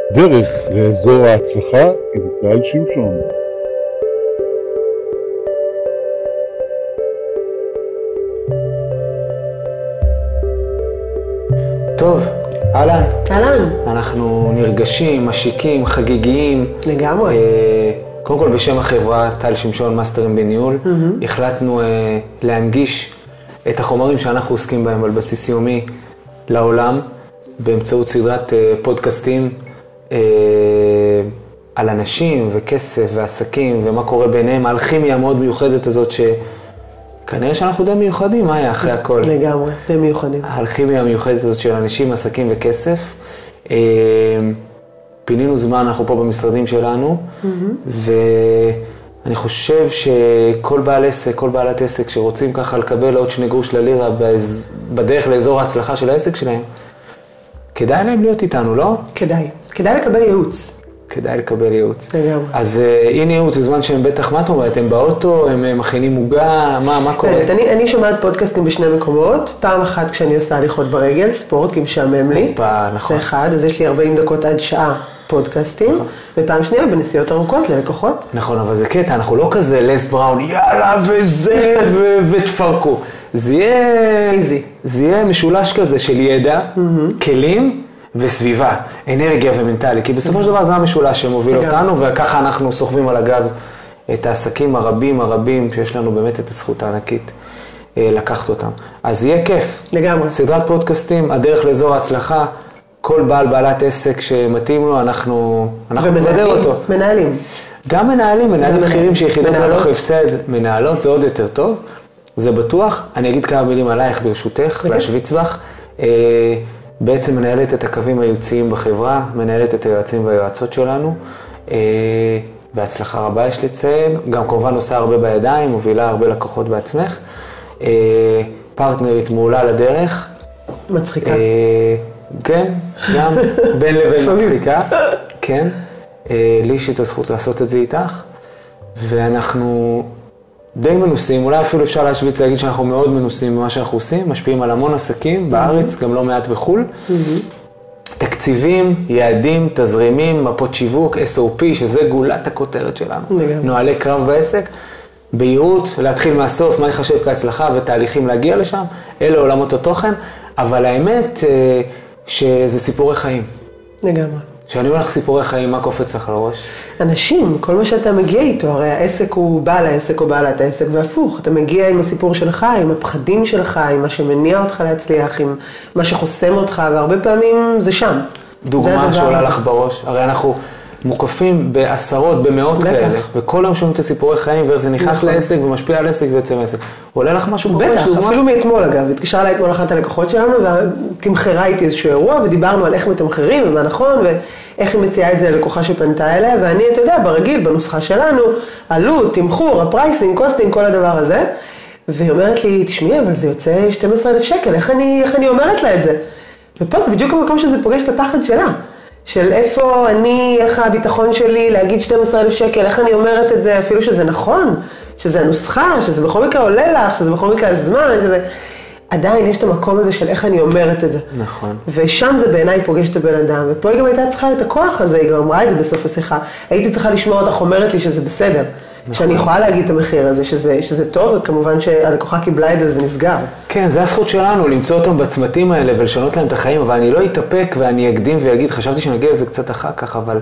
דרך לאזור ההצלחה עם טל שמשון. טוב, אהלן. אהלן. אנחנו נרגשים, משיקים, חגיגיים. לגמרי. קודם כל בשם החברה, טל שמשון, מאסטרים בניהול, החלטנו להנגיש את החומרים שאנחנו עוסקים בהם על בסיס יומי לעולם, באמצעות סדרת פודקאסטים על אנשים וכסף ועסקים ומה קורה ביניהם, האלכימיה המאוד מיוחדת הזאת שכנראה שאנחנו די מיוחדים, מה היה אחרי הכל? לגמרי, די מיוחדים. האלכימיה המיוחדת הזאת של אנשים, עסקים וכסף. פינינו זמן, אנחנו פה במשרדים שלנו, ואני חושב שכל בעל עסק, כל בעלת עסק שרוצים ככה לקבל עוד 2 גרוש ללירה בדרך לאזור ההצלחה של העסק שלהם, כדאי להם להיות איתנו, לא? כדאי לקבל ייעוץ. כדאי לקבל ייעוץ. לגמרי. אז הנה ייעוץ, בזמן שהם בטח, מה את אומרת? הם באוטו, הם מכינים עוגה, מה קורה? אני שומעת פודקאסטים בשני מקומות, פעם אחת כשאני עושה הליכות ברגל, ספורט, כי משעמם לי. נכון. זה אחד, אז יש לי 40 דקות עד שעה פודקאסטים, ופעם שנייה בנסיעות ארוכות ללקוחות. נכון, אבל זה קטע, אנחנו לא כזה לס בראון, יאללה וזה ותפרקו. זה יהיה משולש כזה של ידע, כלים וסביבה, אנרגיה ומנטלי, כי בסופו של דבר זה המשולש שמוביל אותנו, וככה אנחנו סוחבים על הגב את העסקים הרבים שיש לנו באמת את הזכות הענקית לקחת אותם. אז יהיה כיף. לגמרי. סדרת פודקאסטים, הדרך לאזור ההצלחה, כל בעלת עסק שמתאים לו, אנחנו נבדר אותו. מנהלים. גם מנהלים מחירים שיחידות לא הפסד, מנהלות זה עוד יותר טוב, זה בטוח. אני אגיד כמה מילים עלייך ברשותך, להשוויץ בך. בעצם מנהלת את הקווים הייעוציים בחברה, מנהלת את היועצים והיועצות שלנו. בהצלחה רבה יש לציין, גם כמובן עושה הרבה בידיים, מובילה הרבה לקוחות בעצמך. פרטנרית מעולה לדרך. מצחיקה. כן, גם בין לבין מצחיקה, כן. לי יש את הזכות לעשות את זה איתך, ואנחנו די מנוסים, אולי אפילו אפשר להשוויץ להגיד שאנחנו מאוד מנוסים במה שאנחנו עושים, משפיעים על המון עסקים בארץ, גם לא מעט בחול. תקציבים, יעדים, תזרימים, מפות שיווק, SOP, שזה גולת הכותרת שלנו. נוהלי קרב בעסק, בהירות, להתחיל מהסוף, מה יחשב כהצלחה ותהליכים להגיע לשם, אלה עולמות התוכן, אבל האמת שזה סיפורי חיים. לגמרי. כשאני אומר לך סיפורי חיים, מה קופץ לך לראש? אנשים, כל מה שאתה מגיע איתו, הרי העסק הוא בעל העסק או בעלת העסק והפוך. אתה מגיע עם הסיפור שלך, עם הפחדים שלך, עם מה שמניע אותך להצליח, עם מה שחוסם אותך, והרבה פעמים זה שם. דוגמה שעולה לך בראש, הרי אנחנו מוקפים בעשרות, במאות כאלה, וכל יום שומעים את הסיפורי חיים, ואיך זה נכנס לעסק ומשפיע על עסק ויוצא מעסק. עולה לך משהו בראש? בטח, אפילו מאתמול אגב, התקשרה אליי אתמול אחת הלקוחות שלנו, ותמחרה איתי איזשהו אירוע, ודיברנו על איך מתמחרים ומה נכון, ואיך היא מציעה את זה ללקוחה שפנתה אליה, ואני, אתה יודע, ברגיל, בנוסחה שלנו, עלות, תמחור, הפרייסינג, קוסטינג, כל הדבר הזה, והיא אומרת לי, תשמעי, אבל זה יוצא 12,000 שקל, איך אני אומרת לה את זה? ופה זה בדיוק המקום שזה פוגש את הפחד שלה. של איפה אני, איך הביטחון שלי להגיד 12,000 שקל, איך אני אומרת את זה, אפילו שזה נכון, שזה הנוסחה, שזה בכל מקרה עולה לך, שזה בכל מקרה הזמן, שזה... עדיין יש את המקום הזה של איך אני אומרת את זה. נכון. ושם זה בעיניי פוגש את הבן אדם, ופה היא גם הייתה צריכה את הכוח הזה, היא גם אמרה את זה בסוף השיחה. הייתי צריכה לשמוע אותך אומרת לי שזה בסדר. נכון. שאני יכולה להגיד את המחיר הזה, שזה טוב, וכמובן שהלקוחה קיבלה את זה וזה נסגר. כן, זה הזכות שלנו, למצוא אותם בצמתים האלה ולשנות להם את החיים, אבל אני לא אתאפק ואני אקדים ויגיד, חשבתי שנגיע לזה קצת אחר כך, אבל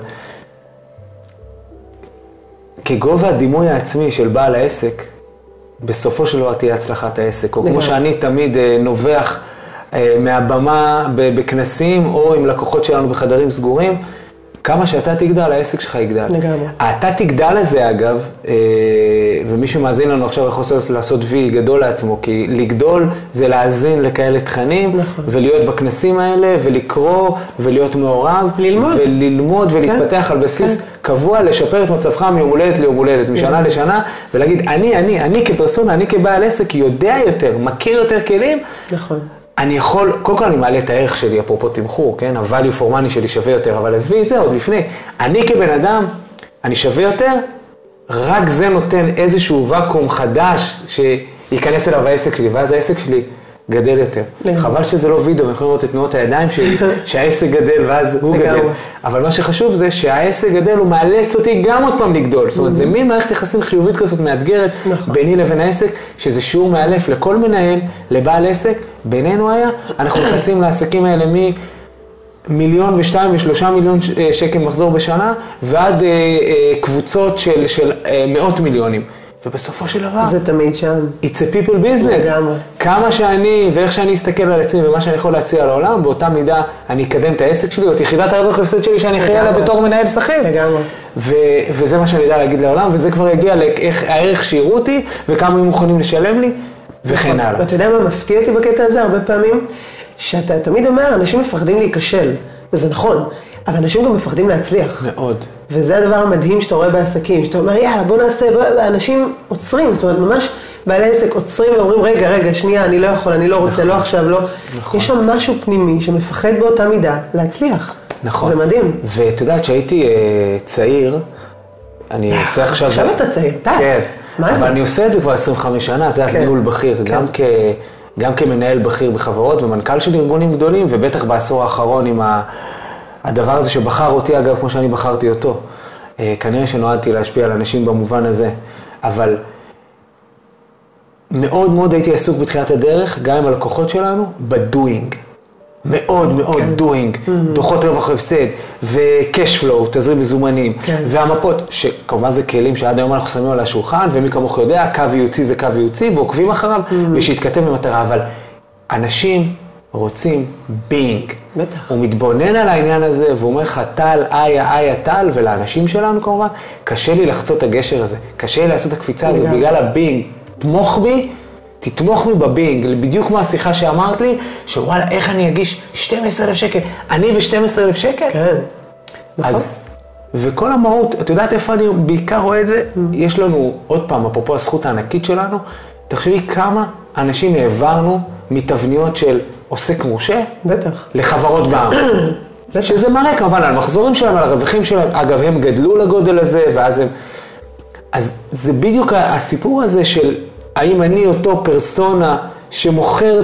כגובה הדימוי העצמי של בעל העסק, בסופו של דבר תהיה הצלחת העסק, או כמו שאני תמיד נובח מהבמה בכנסים, או עם לקוחות שלנו בחדרים סגורים, כמה שאתה תגדל, העסק שלך יגדל. לגמרי. אתה תגדל לזה אגב, ומי שמאזין לנו עכשיו יכול לעשות וי גדול לעצמו, כי לגדול זה להאזין לכאלה תכנים, נכון. ולהיות בכנסים האלה, ולקרוא, ולהיות מעורב, וללמוד ולהתפתח על בסיס קבוע, לשפר את מצבך מיום הולדת ליום הולדת, משנה לשנה, ולהגיד, אני כפרסונה, אני כבעל עסק, יודע יותר, מכיר יותר כלים, נכון. אני יכול, קודם כל אני מעלה את הערך שלי, אפרופו תמחור, כן? ה-value for money שלי שווה יותר, אבל עזבי את זה עוד לפני. אני כבן אדם, אני שווה יותר, רק זה נותן איזשהו וקום חדש שייכנס אליו העסק שלי, ואז העסק שלי גדל יותר. חבל שזה לא וידאו, אנחנו יכולים לראות את תנועות הידיים שלי, שהעסק גדל ואז הוא גדל. אבל מה שחשוב זה שהעסק גדל הוא מאלץ אותי גם עוד פעם לגדול. זאת אומרת, זה מין מערכת יחסים חיובית כזאת מאתגרת ביני לבין העסק, שזה שיעור מאלף לכל מנהל, לבעל עסק, בינינו היה, אנחנו נכנסים לעסקים האלה מיליון ו3 מיליון שקל מחזור בשנה, ועד קבוצות של מאות מיליונים. ובסופו של דבר, זה תמיד שם. It's a people business. כמה שאני, ואיך שאני אסתכל על עצמי ומה שאני יכול להציע לעולם, באותה מידה אני אקדם את העסק שלי, או את יחידת הרווח והפסד שלי שאני אחראי עליה בתור מנהל שכיר. לגמרי. וזה מה שאני יודע להגיד לעולם, וזה כבר יגיע לערך שיראו אותי, וכמה הם מוכנים לשלם לי, וכן הלאה. ואתה יודע מה מפתיע אותי בקטע הזה הרבה פעמים? שאתה תמיד אומר, אנשים מפחדים להיכשל, וזה נכון, אבל אנשים גם מפחדים להצליח. מאוד. וזה הדבר המדהים שאתה רואה בעסקים, שאתה אומר, יאללה, בוא נעשה, אנשים עוצרים, זאת אומרת, ממש בעלי עסק עוצרים ואומרים, רגע, שנייה, אני לא יכול, אני לא רוצה, לא עכשיו, לא. יש שם משהו פנימי שמפחד באותה מידה להצליח. נכון. זה מדהים. ואת יודעת שהייתי צעיר, אני עושה עכשיו... עכשיו אתה צעיר, כן. אבל אני עושה את זה כבר 25 שנה, אתה יודע, ניהול בכיר, גם כמנהל בכיר בחברות ומנכ"ל של ארגונים גדולים, ובטח בעשור האחרון עם הדבר הזה שבחר אותי, אגב, כמו שאני בחרתי אותו. כנראה שנועדתי להשפיע על אנשים במובן הזה, אבל מאוד מאוד הייתי עסוק בתחילת הדרך, גם עם הלקוחות שלנו, בדוינג. מאוד מאוד דוינג, דוחות רווח והפסד, ו-cash flow, תזרים מזומנים, והמפות, שכמובן זה כלים שעד היום אנחנו שמים על השולחן, ומי כמוך יודע, קו ייעוצי זה קו ייעוצי, ועוקבים אחריו, ושיתכתב במטרה, אבל אנשים רוצים בינג. בטח. הוא מתבונן על העניין הזה, והוא אומר לך, טל, איה, טל, ולאנשים שלנו כמובן, קשה לי לחצות את הגשר הזה, קשה לי לעשות את הקפיצה הזאת, בגלל הבינג, תתמוך בי בבינג, בדיוק כמו השיחה שאמרת לי, שוואלה, איך אני אגיש 12,000 שקל, אני ו12,000 שקל? כן, נכון. וכל המהות, את יודעת איפה אני בעיקר רואה את זה? יש לנו, עוד פעם, אפרופו הזכות הענקית שלנו, תחשבי כמה אנשים העברנו מתבניות של עוסק מורשה, בטח. לחברות בעם. שזה מראה כמובן על מחזורים שלהם, על הרווחים שלהם, אגב, הם גדלו לגודל הזה, ואז הם... אז זה בדיוק הסיפור הזה של האם אני אותו פרסונה שמוכר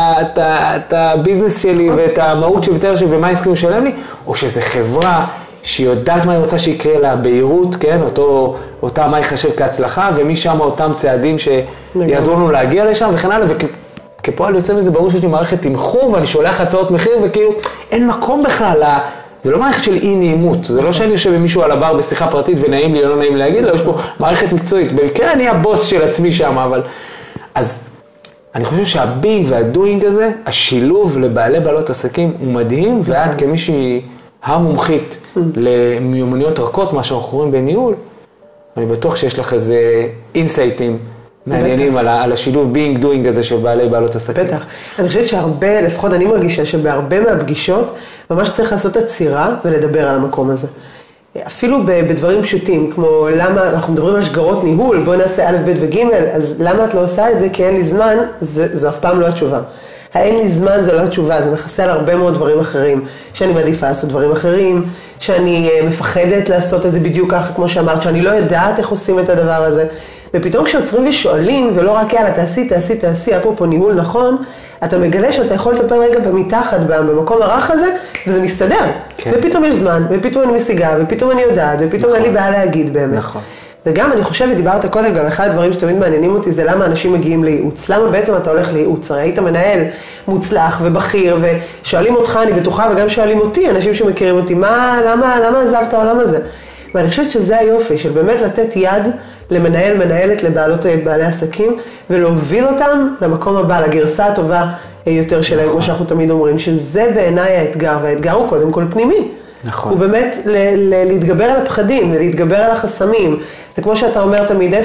את הביזנס שלי ואת המהות שוויתר שלי ומה הסכים לשלם לי, או שזה חברה שהיא יודעת מה היא רוצה שיקרה לה בהירות, כן? אותה מה יחשב כהצלחה, ומשם אותם צעדים שיעזרו לנו להגיע לשם וכן הלאה, וכפועל יוצא מזה ברור שיש לי מערכת תמחור ואני שולח הצעות מחיר וכאילו אין מקום בכלל, זה לא מערכת של אי נעימות, זה לא שאני יושב עם מישהו על הבר בשיחה פרטית ונעים לי או לא נעים להגיד, יש פה מערכת מקצועית, במקרה אני הבוס של עצמי שם, אבל... אז אני חושב שהבינג והדוינג הזה, השילוב לבעלי בעלות עסקים הוא מדהים, ואת כמישהי המומחית למיומנויות רכות, מה שאנחנו קוראים בניהול, אני בטוח שיש לך איזה אינסייטים מעניינים על השילוב בינג דוינג הזה של בעלי בעלות עסקים. בטח. אני חושבת שהרבה, לפחות אני מרגישה שבהרבה מהפגישות, ממש צריך לעשות עצירה ולדבר על המקום הזה. אפילו בדברים פשוטים, כמו למה, אנחנו מדברים על שגרות ניהול, בואי נעשה א', ב' וג', אז למה את לא עושה את זה? כי אין לי זמן, זו אף פעם לא התשובה. האין לי זמן זה לא התשובה, זה מכסה על הרבה מאוד דברים אחרים, שאני מעדיפה לעשות דברים אחרים, שאני מפחדת לעשות את זה בדיוק ככה, כמו שאמרת, שאני לא יודעת איך עושים את הדבר הזה. ופתאום כשעוצרים ושואלים, ולא רק יאללה, תעשי, אפרופו ניהול נכון, אתה מגלה שאתה יכול לטפל רגע במתחת, במקום הרך הזה, וזה מסתדר. כן. ופתאום יש זמן, ופתאום אני משיגה, ופתאום אני יודעת, ופתאום נכון. אין לי בעיה להגיד באמת. נכון. וגם אני חושבת, דיברת קודם, גם אחד הדברים שתמיד מעניינים אותי, זה למה אנשים מגיעים לייעוץ. למה בעצם אתה הולך לייעוץ? הרי היית מנהל מוצלח ובכיר, ושואלים אותך, אני בטוחה, וגם שואלים אותי, אנשים שמכירים אותי, למה עזבת העולם הזה? ואני חושבת שזה היופי, של באמת לתת יד למנהל, מנהלת, בעלי עסקים, ולהוביל אותם למקום הבא, לגרסה הטובה יותר שלהם, כמו שאנחנו תמיד אומרים, שזה בעיניי האתגר, והאתגר הוא קודם כל פנימי. נכון. הוא באמת להתגבר על הפחדים, להתגבר על החסמים. זה כמו שאתה אומר תמיד,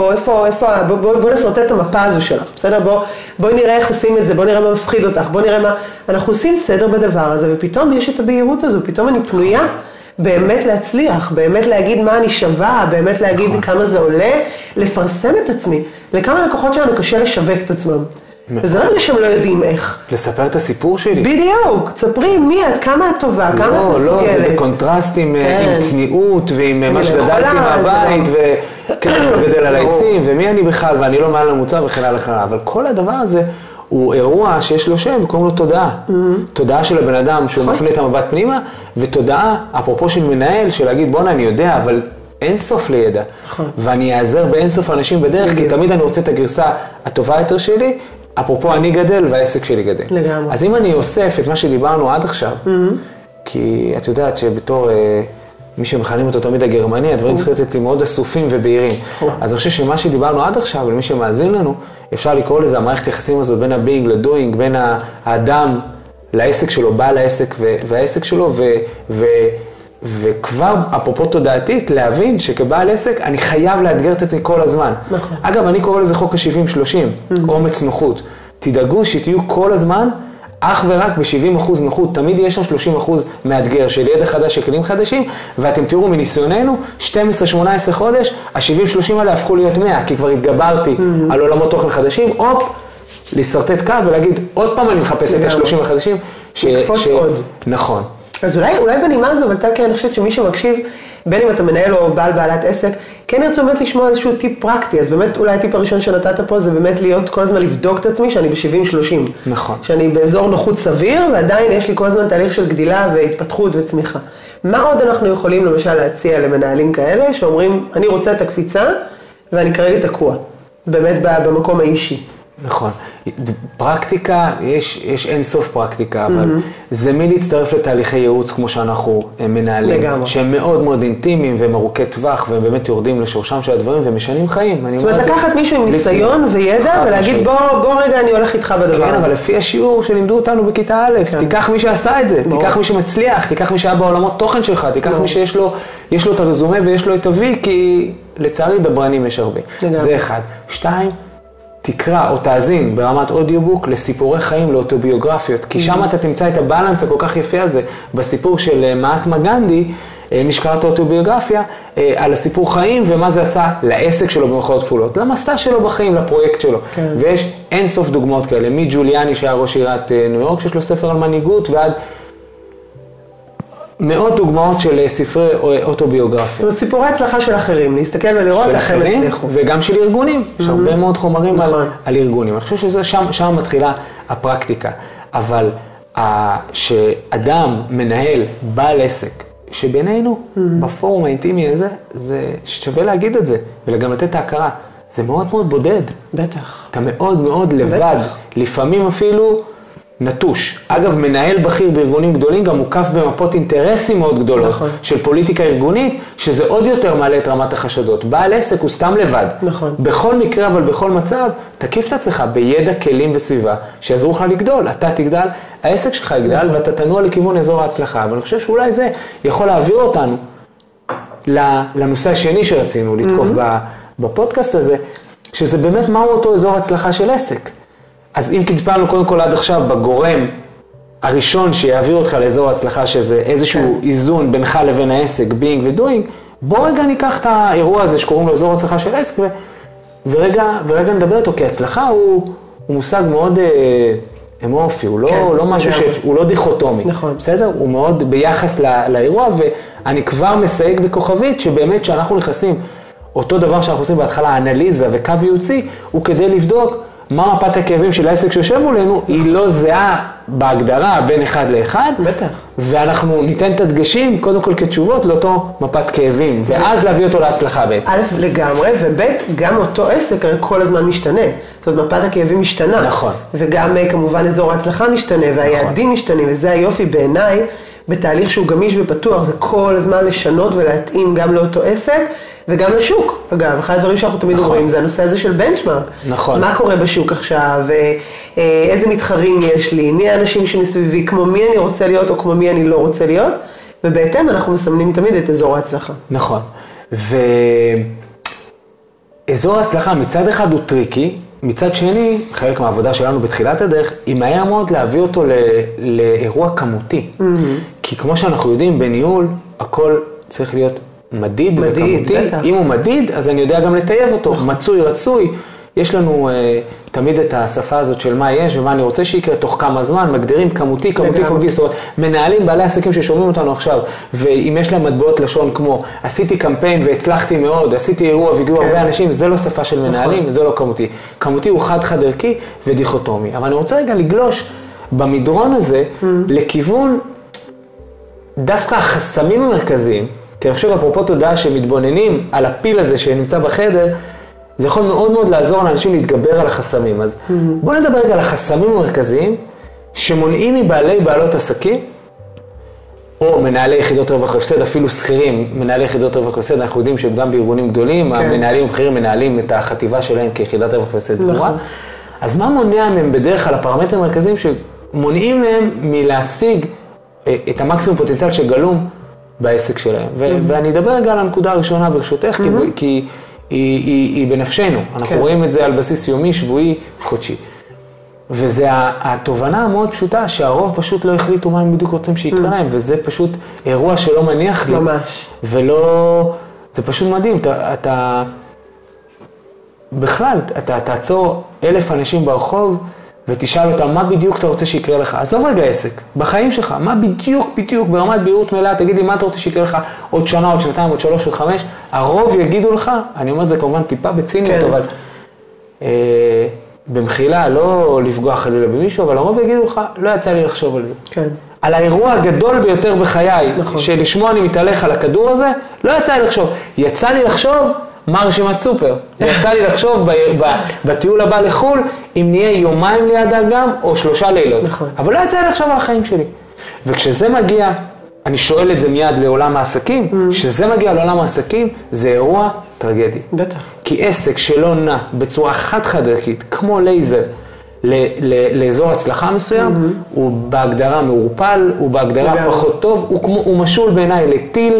בוא נסרטט את המפה הזו שלך, בסדר? בואי נראה איך עושים את זה, בוא נראה מה מפחיד אותך, בוא נראה מה... אנחנו עושים סדר בדבר הזה, ופתאום יש את הבהירות הזו, פתאום אני פנויה באמת להצליח, באמת להגיד מה אני שווה, באמת להגיד כמה זה עולה, לפרסם את עצמי. לכמה לקוחות שלנו קשה לשווק את עצמם. וזה לא בגלל שהם לא יודעים איך. לספר את הסיפור שלי. בדיוק, תספרי מי את, כמה את טובה, כמה את מסוגלת. לא, זה בקונטרסט עם צניעות ועם מה שגדלתי מהבית וכן, גדל על העצים ומי אני בכלל ואני לא מעל המוצר וכן הלאה. אבל כל הדבר הזה הוא אירוע שיש לו שם וקוראים לו תודעה. תודעה של הבן אדם שהוא מפנה את המבט פנימה, ותודעה, אפרופו של מנהל, של להגיד בוא'נה אני יודע, אבל אין סוף לידע. ואני אעזר באין סוף אנשים בדרך, כי תמיד אני רוצה את הגרסה הטובה יותר שלי, אפרופו אני גדל והעסק שלי גדל. לגמרי. אז אם אני אוסף את מה שדיברנו עד עכשיו, כי את יודעת שבתור מי שמכנים אותו תמיד הגרמני, הדברים צריכים להיות מאוד אסופים ובהירים. אז אני חושב שמה שדיברנו עד עכשיו, למי שמאזין לנו, אפשר לקרוא לזה המערכת יחסים הזאת בין ה-being ל-doing, בין האדם לעסק שלו, בעל העסק והעסק שלו, וכבר, אפרופו תודעתית, להבין שכבעל עסק אני חייב לאתגר את עצמי כל הזמן. נכון. אגב, אני קורא לזה חוק ה-70-30, אומץ נוחות. תדאגו שתהיו כל הזמן אך ורק ב-70% נוחות, תמיד יש שם 30% מאתגר של ידע חדש, של כלים חדשים, ואתם תראו מניסיוננו, 12-18 חודש, ה-70-30 האלה הפכו להיות 100, כי כבר התגברתי על עולמות תוכן חדשים, לסרטט קו ולהגיד, עוד פעם אני מחפש את ה-30 החדשים. לקפוץ עוד. נכון. אז אולי בנימה הזו, אבל אני חושבת שמי שמקשיב, בין אם אתה מנהל או בעלת עסק, כן ירצו באמת לשמוע איזשהו טיפ פרקטי, אז באמת אולי הטיפ הראשון שנתת פה זה באמת להיות כל הזמן לבדוק את עצמי שאני ב-70-30. נכון. שאני באזור נוחות סביר, ועדיין יש לי כל הזמן תהליך של גדילה והתפתחות וצמיחה. מה עוד אנחנו יכולים למשל להציע למנהלים כאלה, שאומרים, אני רוצה את הקפיצה, ואני כרגע תקוע, באמת במקום האישי. נכון. פרקטיקה, יש אין סוף פרקטיקה, אבל זה מי להצטרף לתהליכי ייעוץ כמו שאנחנו מנהלים, לגמרי. שהם מאוד מאוד אינטימיים והם ארוכי טווח, והם באמת יורדים לשורשם של הדברים ומשנים חיים. זאת אומרת, לקחת מישהו עם ניסיון וידע ולהגיד בוא רגע אני הולך איתך בדבר. כן, אבל לפי השיעור שלימדו אותנו בכיתה א', תיקח מי שעשה את זה, תיקח מי שמצליח, תיקח מי שהיה בעולמות תוכן שלך, תיקח מי שיש לו את הרזומה ויש לו את הוי, כי לצערי דברנים יש הרבה. זה אחד. 2, תקרא או תאזין ברמת אודיובוק לסיפורי חיים, לאוטוביוגרפיות, כי שם אתה תמצא את הבלנס הכל כך יפה הזה, בסיפור של מהטמה גנדי, מי שקרא את האוטוביוגרפיה, על הסיפור חיים ומה זה עשה לעסק שלו במרכאות כפולות, למסע שלו בחיים, לפרויקט שלו. כן. ויש אין סוף דוגמאות כאלה, מג'וליאני שהיה ראש עיריית ניו יורק, שיש לו ספר על מנהיגות, ועד מאות דוגמאות של ספרי אוטוביוגרפיה. זה סיפורי הצלחה של אחרים, להסתכל ולראות איך הם הצליחו. וגם של ארגונים, יש הרבה מאוד חומרים על ארגונים. אני חושב שזה שם מתחילה הפרקטיקה. אבל שאדם מנהל בעל עסק, שבינינו, בפורום האינטימי הזה, זה שווה להגיד את זה, וגם לתת את ההכרה. זה מאוד מאוד בודד. בטח. אתה מאוד מאוד לבד. לפעמים אפילו נטוש. אגב, מנהל בכיר בארגונים גדולים גם מוקף במפות אינטרסים מאוד גדולות, נכון. של פוליטיקה ארגונית, שזה עוד יותר מעלה את רמת החשדות. בעל עסק הוא סתם לבד. נכון. בכל מקרה, אבל בכל מצב, תקיף את עצמך בידע, כלים וסביבה, שיעזרו לך לגדול. אתה תגדל, העסק שלך יגדל, נכון. ואתה תנוע לכיוון אזור ההצלחה. אבל אני חושב שאולי זה יכול להעביר אותנו לנושא השני שרצינו לתקוף בפודקאסט הזה, שזה באמת מהו אותו אזור ההצלחה של עסק. אז אם טיפלנו קודם כל עד עכשיו בגורם הראשון שיעביר אותך לאזור ההצלחה, שזה איזשהו איזון בינך לבין העסק, being ו-doing, בוא רגע ניקח את האירוע הזה שקוראים לו אזור ההצלחה של העסק, ורגע נדבר אותו, כי הצלחה הוא מושג מאוד אמורפי, הוא לא משהו שהוא לא דיכוטומי, נכון. בסדר? הוא מאוד ביחס לאירוע, ואני כבר מסייג בכוכבית שבאמת שאנחנו נכנסים, אותו דבר שאנחנו עושים בהתחלה, אנליזה וקו ייעוצי, הוא כדי לבדוק מה מפת הכאבים של העסק שיושב מולנו, היא לא זהה בהגדרה בין אחד לאחד. בטח. ואנחנו ניתן את הדגשים, קודם כל כתשובות, לאותו מפת כאבים, ואז להביא אותו להצלחה בעצם. א', לגמרי, וב', גם אותו עסק כל הזמן משתנה. זאת אומרת, מפת הכאבים משתנה. נכון. וגם כמובן אזור ההצלחה משתנה, והיעדים משתנים, וזה היופי בעיניי, בתהליך שהוא גמיש ופתוח, זה כל הזמן לשנות ולהתאים גם לאותו עסק, וגם לשוק. אגב, אחד הדברים שאנחנו תמיד אומרים, זה הנושא הזה של בנצ'מרק. נכון. מה קורה בשוק עכשיו, איזה מתחרים יש לי, מי האנשים שמסביבי, כמו מי אני רוצה להיות או כמו מי אני לא רוצה להיות, ובהתאם אנחנו מסמנים תמיד את אזור ההצלחה. נכון. ואזור ההצלחה מצד אחד הוא טריקי, מצד שני, חלק מהעבודה שלנו בתחילת הדרך, היא מהר מאוד להביא אותו לאירוע כמותי. כי כמו שאנחנו יודעים, בניהול, הכל צריך להיות מדיד וכמותי. בטח. אם הוא מדיד, אז אני יודע גם לטייב אותו, מצוי, רצוי, יש לנו תמיד את השפה הזאת של מה יש ומה אני רוצה שיקרה, תוך כמה זמן, מגדירים כמותי, זאת אומרת, מנהלים בעלי עסקים ששומעים אותנו עכשיו, ואם יש להם מטבעות לשון כמו, עשיתי קמפיין והצלחתי מאוד, עשיתי אירוע והגיעו הרבה אנשים, זה לא שפה של מנהלים, זה לא כמותי. כמותי הוא חד ערכי ודיכוטומי. אבל אני רוצה רגע לגלוש במדרון הזה לכיוון דווקא החסמים המרכזיים, כי אני חושב אפרופו תודעה שמתבוננים על הפיל הזה שנמצא בחדר, זה יכול מאוד מאוד לעזור לאנשים להתגבר על החסמים. אז בואו נדבר רגע על החסמים המרכזיים שמונעים מבעלי בעלות עסקים, או מנהלי יחידות רווח והפסד, אפילו שכירים, מנהלי יחידות רווח והפסד, אנחנו יודעים שגם בארגונים גדולים, המנהלים הבכירים מנהלים את החטיבה שלהם כיחידת רווח והפסד סגורה. אז מה מונע מהם בדרך כלל הפרמטרים המרכזיים שמונעים מהם מלהשיג את המקסימום פוטנציאל שגלום בעסק שלהם? ואני אדבר רגע על הנקודה הראשונה ברשותך, כי היא בנפשנו. אנחנו רואים את זה על בסיס יומי, שבועי, חודשי. וזה התובנה המאוד פשוטה, שהרוב פשוט לא החליטו מה הם בדיוק רוצים שיקרה להם, וזה פשוט אירוע שלא מניח לי. ממש. ולא, זה פשוט מדהים. בכלל, אתה תעצור 1,000 אנשים ברחוב, ותשאל אותם מה בדיוק אתה רוצה שיקרה לך. עזוב רגע עסק, בחיים שלך, מה בדיוק ברמת בהירות מלאה, תגיד לי מה אתה רוצה שיקרה לך עוד שנה, עוד שנתיים, עוד 3, עוד 5, הרוב יגידו לך, אני אומר את זה כמובן טיפה בציניות, אבל במחילה, לא לפגוע חלילה במישהו, אבל הרוב יגידו לך, לא יצא לי לחשוב על זה. כן. על האירוע הגדול ביותר בחיי, שלשמו אני מתהלך על הכדור הזה, לא יצא לי לחשוב. יצא לי לחשוב מה רשימת סופר. יצא לי לחשוב בטיול הבא לחול, אם נהיה יומיים ליד האגם או 3 לילות. אבל לא יצא לי לחשוב על החיים שלי. וכשזה מגיע, אני שואל את זה מיד לעולם העסקים, כשזה מגיע לעולם העסקים, זה אירוע טרגדי. בטח. כי עסק שלא נע בצורה חד ערכית, כמו לייזר, לאזור הצלחה מסוים, הוא בהגדרה מעורפל, הוא בהגדרה פחות טוב, הוא משול בעיניי לטיל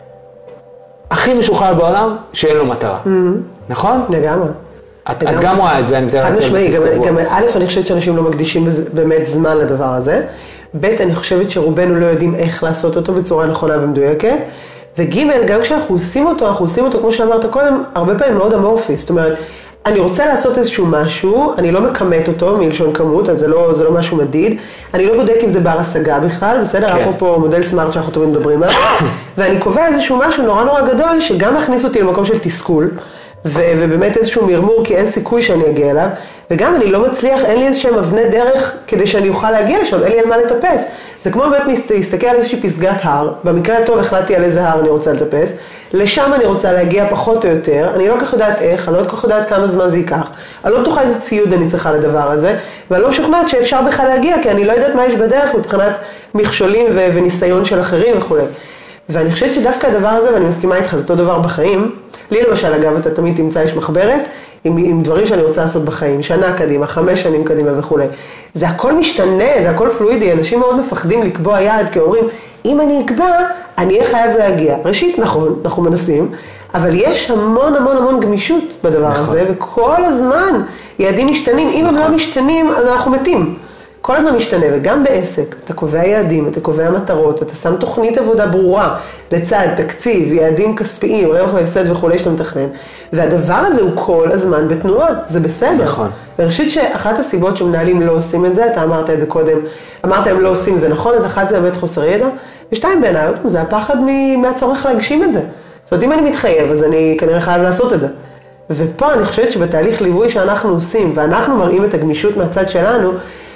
הכי משוחרר בעולם שאין לו מטרה. נכון? לגמרי. את גם רואה את זה, אני מתאר לעצמי. חד משמעי, גם א', אני חושבת שאנשים לא מקדישים באמת זמן לדבר הזה. ב', אני חושבת שרובנו לא יודעים איך לעשות אותו בצורה נכונה ומדויקת. וג', גם כשאנחנו עושים אותו, כמו שאמרת קודם, הרבה פעמים מאוד אמורפי. זאת אומרת, אני רוצה לעשות איזשהו משהו, אני לא מקמת אותו מלשון כמות, אז זה לא משהו מדיד. אני לא בודק אם זה בר השגה בכלל, בסדר? אפרופו מודל סמארט שאנחנו תמיד מדברים עליו. ואני קובע איזשהו משהו נורא גדול, שגם מכניס אותי למקום של תסכול, ובאמת איזשהו מרמור, כי אין סיכוי שאני אגיע אליו, וגם אני לא מצליח, אין לי איזשהם אבני דרך כדי שאני אוכל להגיע לשם, אין לי על מה לטפס. זה כמו באמת להסתכל על איזושהי פסגת הר, במקרה הטוב החלטתי על איזה הר אני רוצה לטפס, לשם אני רוצה להגיע פחות או יותר, אני לא כך יודעת איך, אני לא כך יודעת כמה זמן זה ייקח, אני לא בטוחה איזה ציוד אני צריכה לדבר הזה, ואני לא משוכנעת שאפשר בכלל להגיע, כי אני לא יודעת מה יש בדרך מבחינת מכשולים וניסיון של אחרים וכו'. ואני חושבת שדווקא הדבר הזה, ואני מסכימה איתך, זה אותו דבר בחיים. לי למשל, אגב, אתה תמיד תמצא, יש מחברת, עם דברים שאני רוצה לעשות בחיים, שנה קדימה, 5 שנים קדימה וכו'. זה הכל משתנה, זה הכל פלואידי, אנשים מאוד מפחדים לקבוע יעד, כי אומרים, אם אני אקבע, אני אהיה חייב להגיע. ראשית, נכון, אנחנו מנסים, אבל יש המון גמישות בדבר הזה, וכל הזמן יעדים משתנים. אם הם לא משתנים, אז אנחנו מתים. כל הזמן משתנה, וגם בעסק, אתה קובע יעדים, אתה קובע מטרות, אתה שם תוכנית עבודה ברורה, לצד תקציב, יעדים כספיים, רווח והפסד וכולי שאתה מתכנן, והדבר הזה הוא כל הזמן בתנועה, זה בסדר. נכון. ואני חושבת שאחת הסיבות שמנהלים לא עושים את זה, אתה אמרת את זה קודם, אמרת הם לא עושים זה נכון, אז אחת זה באמת חוסר ידע, ושתיים בעיניי, זה הפחד מהצורך להגשים את זה. זאת אומרת, אם אני מתחייב, אז אני כנראה חייב לעשות את זה. ופה אני חושבת שבתהליך ליווי שאנחנו עושים, ואנחנו מראים את הגמישות מהצד שלנו,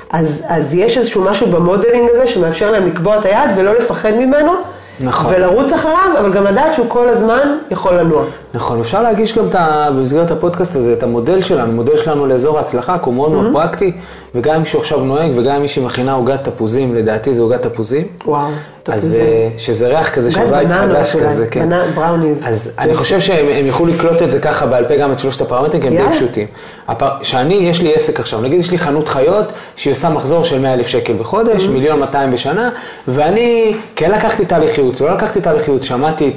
אז יש איזשהו משהו במודלינג הזה שמאפשר להם לקבוע את היעד ולא לפחד ממנו, נכון. ולרוץ אחריו, אבל גם לדעת שהוא כל הזמן יכול לנוע. נכון, אפשר להגיש גם במסגרת הפודקאסט הזה את המודל שלנו, המודל שלנו לאזור ההצלחה, הוא מאוד מאוד פרקטי, וגם אם מישהו עכשיו נוהג, וגם אם מישהו מכינה עוגת תפוזים, לדעתי זה עוגת תפוזים. וואו, אז שזה ריח כזה של בית חדש כזה, כן. בראוניז. אז אני חושב שהם יוכלו לקלוט את זה ככה בעל פה גם את 3 הפרמטרים, כי הם די פשוטים. יש לי עסק עכשיו, נגיד יש לי חנות חיות, שהיא עושה מחזור של 100,000 שקל בחודש, 1,200,000 בשנה, ואני כן לקחתי תהליך ייעוץ, לא לקחתי תהליך ייעוץ, שמעתי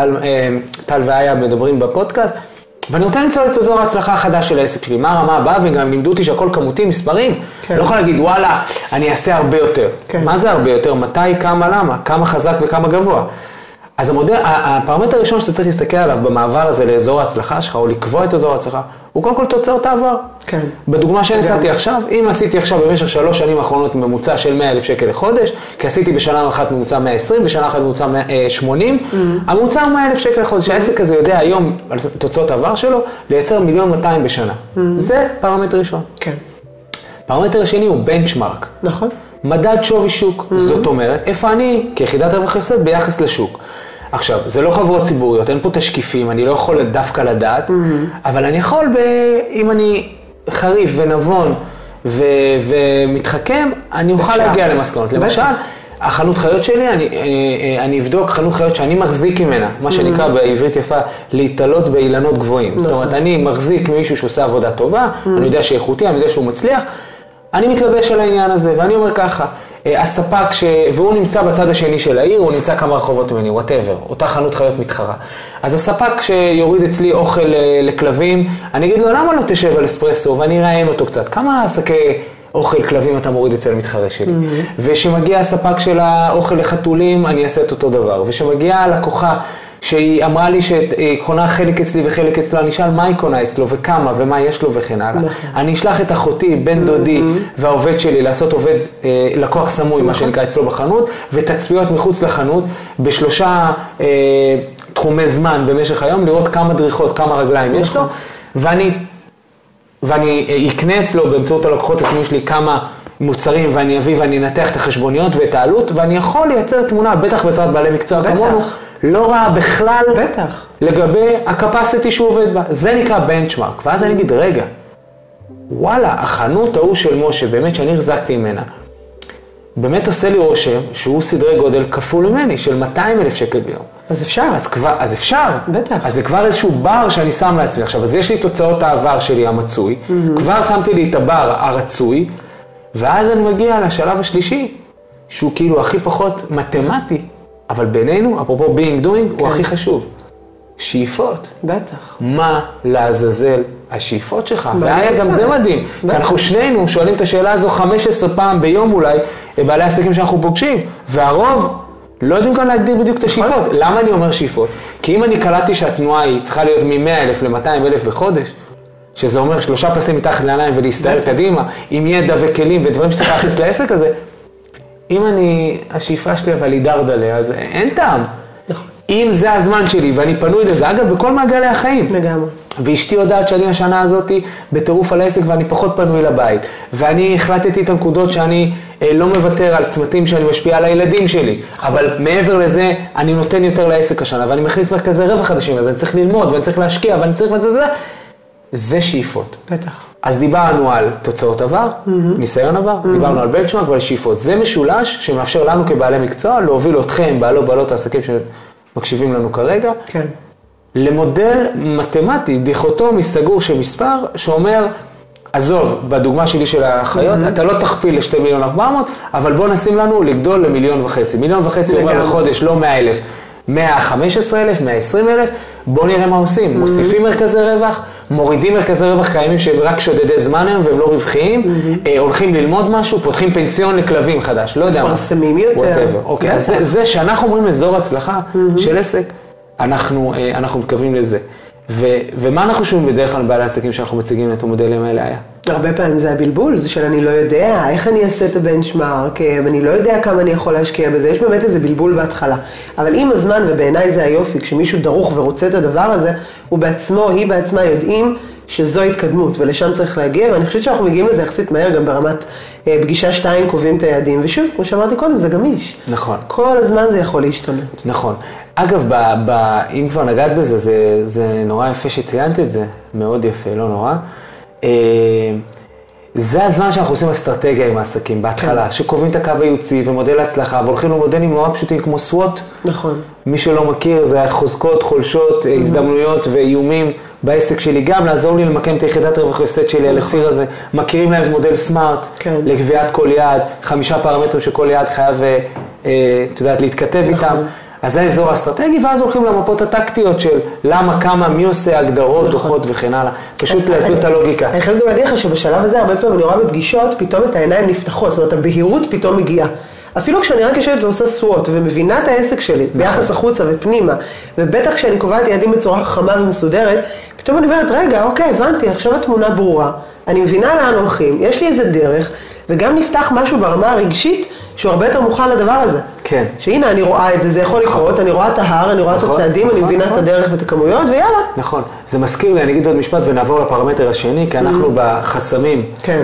טל ואיה מדברים בפודקאסט, ואני רוצה למצוא את אזור ההצלחה החדש של העסק שלי, מה הרמה הבאה, וגם לימדו אותי שהכל כמותי, מספרים. אני לא יכול להגיד, וואלה, אני אעשה הרבה יותר. מה זה הרבה יותר? מתי, כמה, למה? כמה חזק וכמה גבוה? אז הפרמטר הראשון שאתה צריך להסתכל עליו במעבר הזה לאזור ההצלחה שלך, או לקבוע את אזור ההצלחה, הוא קודם כל תוצאות העבר. כן. בדוגמה שנתתי עכשיו, אם עשיתי עכשיו במשך 3 שנים האחרונות ממוצע של 100,000 שקל לחודש, כי עשיתי בשנה אחת ממוצע 120, בשנה אחת ממוצע 80, הממוצע הוא 100,000 שקל לחודש. העסק הזה יודע היום על תוצאות העבר שלו, לייצר 1,200,000 בשנה. זה פרמטר ראשון. כן. פרמטר השני הוא בנצ'מרק. נכון. מדד שווי שוק. זאת אומרת, איפה אני כיחידת רווח הפסד ביחס לשוק. עכשיו, זה לא חברות ציבוריות, אין פה תשקיפים, אני לא יכול דווקא לדעת, אבל אני יכול, אם אני חריף ונבון ומתחכם, אני אוכל להגיע למסקנות. למשל, החנות חיות שלי, אני אבדוק חנות חיות שאני מחזיק ממנה, מה שנקרא בעברית יפה, להתעלות באילנות גבוהים. זאת אומרת, אני מחזיק מישהו שעושה עבודה טובה, אני יודע שאיכותי, אני יודע שהוא מצליח, אני מתלבש על העניין הזה, ואני אומר ככה, הספק והוא נמצא בצד השני של העיר, הוא נמצא כמה רחובות ממני, whatever, אותה חנות חיות מתחרה. אז הספק שיוריד אצלי אוכל לכלבים, אני אגיד לו, למה לא תשב על אספרסו, ואני אראיין אותו קצת. כמה שקי אוכל כלבים אתה מוריד אצל המתחרה שלי? ושמגיע הספק של האוכל לחתולים, אני אעשה את אותו דבר. ושמגיע הלקוחה, שהיא אמרה לי שהיא קונה חלק אצלי וחלק אצלו, אני אשאל מה היא קונה אצלו וכמה ומה יש לו וכן הלאה. אני אשלח את אחותי, בן דודי והעובד שלי לעשות לקוח סמוי, מה שנקרא אצלו בחנות, ותצפיות מחוץ לחנות ב3 תחומי זמן במשך היום, לראות כמה דריכות, כמה רגליים יש לו, ואני אקנה אצלו באמצעות הלקוחות הסמויים שלי כמה מוצרים, ואני אביא ואני אנתח את החשבוניות ואת העלות, ואני יכול לייצר תמונה, בטח בעזרת בעלי מקצוע כמונו, לא רע בכלל לגבי הקפסיטי שהוא עובד בה. זה נקרא בנצ'מרק. ואז אני אגיד, רגע, וואלה, החנות ההוא של משה, באמת שאני החזקתי ממנה, באמת עושה לי רושם שהוא סדרי גודל כפול ממני, של 200,000 שקל ביום. אז אפשר. אז אפשר. בטח. אז זה כבר איזשהו בר שאני שם לעצמי. עכשיו, אז יש לי תוצאות העבר שלי המצוי, כבר שמתי לי את הבר הרצוי, ואז אני מגיע לשלב השלישי, שהוא כאילו הכי פחות מתמטי, אבל בינינו, אפרופו being doing, הוא הכי חשוב. שאיפות. בטח. מה לעזאזל השאיפות שלך? והיה גם זה מדהים. כי אנחנו שנינו שואלים את השאלה הזו 15 פעם ביום אולי, בעלי העסקים שאנחנו פוגשים, והרוב לא יודעים כאן להגדיר בדיוק את השאיפות. למה אני אומר שאיפות? כי אם אני קלטתי שהתנועה היא צריכה להיות מ-100,000 ל-200,000 בחודש, שזה אומר 3 פסים מתחת לעיניים ולהסתער קדימה, עם ידע וכלים ודברים שצריך להכניס לעסק הזה, אם השאיפה שלי אבל היא דרדלה, אז אין טעם. נכון. אם זה הזמן שלי ואני פנוי לזה, אגב, בכל מעגלי החיים. לגמרי. ואשתי יודעת שאני השנה הזאת בטירוף על העסק ואני פחות פנוי לבית. ואני החלטתי את הנקודות שאני לא מוותר על צמתים שאני משפיע על הילדים שלי. אבל מעבר לזה, אני נותן יותר לעסק השנה, ואני מכניס מרכזי רווח חדשים, אז אני צריך ללמוד ואני צריך להשקיע ואני צריך זה שאיפות. בטח. אז דיברנו על תוצאות עבר, ניסיון עבר, דיברנו על בנצ'מרק ועל שאיפות. זה משולש שמאפשר לנו כבעלי מקצוע להוביל אתכם, בעלות העסקים שמקשיבים לנו כרגע, כן. למודל מתמטי, דיכוטומי סגור של מספר, שאומר, עזוב, בדוגמה שלי של החיות, אתה לא תכפיל ל2,400,000, אבל בוא נשים לנו לגדול ל1,500,000. 1,500,000 אומר בחודש, לא 100,000, 115,000, 120,000, בוא נראה מה עושים. מוסיפים מרכזי רווח, מורידים מרכזי רווח קיימים שהם רק שודדי זמן הם והם לא רווחיים, הולכים ללמוד משהו, פותחים פנסיון לכלבים חדש, לא יודע מה. מפרסמים יותר. אוקיי, אז זה שאנחנו אומרים אזור הצלחה של עסק, אנחנו מתכוונים לזה. ומה אנחנו שומעים בדרך כלל בעלי העסקים שאנחנו מציגים את המודלים האלה היה? הרבה פעמים זה הבלבול, זה שאני לא יודע איך אני אעשה את הבנצ'מרק, אני לא יודע כמה אני יכול להשקיע בזה, יש באמת איזה בלבול בהתחלה. אבל עם הזמן, ובעיניי זה היופי, כשמישהו דרוך ורוצה את הדבר הזה, הוא בעצמו, היא בעצמה יודעים שזו התקדמות, ולשם צריך להגיע, ואני חושבת שאנחנו מגיעים לזה יחסית מהר, גם ברמת פגישה 2 קובעים את היעדים, ושוב, כמו שאמרתי קודם, זה גמיש. נכון. כל הזמן זה יכול להשתנות. נכון. אגב, אם כבר נגעת בזה, זה נורא יפה שציינת את זה, מאוד יפה, לא נורא. זה הזמן שאנחנו עושים אסטרטגיה עם העסקים, בהתחלה, שקובעים את הקו הייעוצי ומודל ההצלחה, והולכים למודלים נורא פשוטים כמו SWOT. נכון. מי שלא מכיר, זה חוזקות, חולשות, הזדמנויות ואיומים בעסק שלי, גם לעזור לי למקם את יחידת רווח והפסד שלי על הציר הזה. מכירים להם מודל סמארט, לקביעת כל יעד, 5 פרמטרים שכל יעד חייב, להתכתב איתם. אז זה האזור האסטרטגי, ואז הולכים למפות הטקטיות של למה, כמה, מי עושה הגדרות, דוחות וכן הלאה. פשוט להסביר את הלוגיקה. אני חייבת גם להגיד לך שבשלב הזה, הרבה פעמים אני רואה בפגישות, פתאום את העיניים נפתחות, זאת אומרת, הבהירות פתאום מגיעה. אפילו כשאני רק יושבת ועושה סוואט ומבינה את העסק שלי ביחס החוצה ופנימה, ובטח כשאני קובעת יעדים בצורה חכמה ומסודרת, פתאום אני אומרת, רגע, אוקיי, הבנתי, עכשיו התמונה ברורה, אני מבינה לאן הולכים, יש לי איזה דרך, וגם נפתח משהו ברמה הרגשית שהוא הרבה יותר מוכן לדבר הזה. כן. שהנה, אני רואה את זה, זה יכול לקרות, אני רואה את ההר, אני רואה את הצעדים, אני מבינה את הדרך ואת הכמויות, ויאללה. נכון. זה מזכיר לי, אני אגיד עוד משפט ונעבור לפרמטר השני, כי אנחנו בחסמים. כן.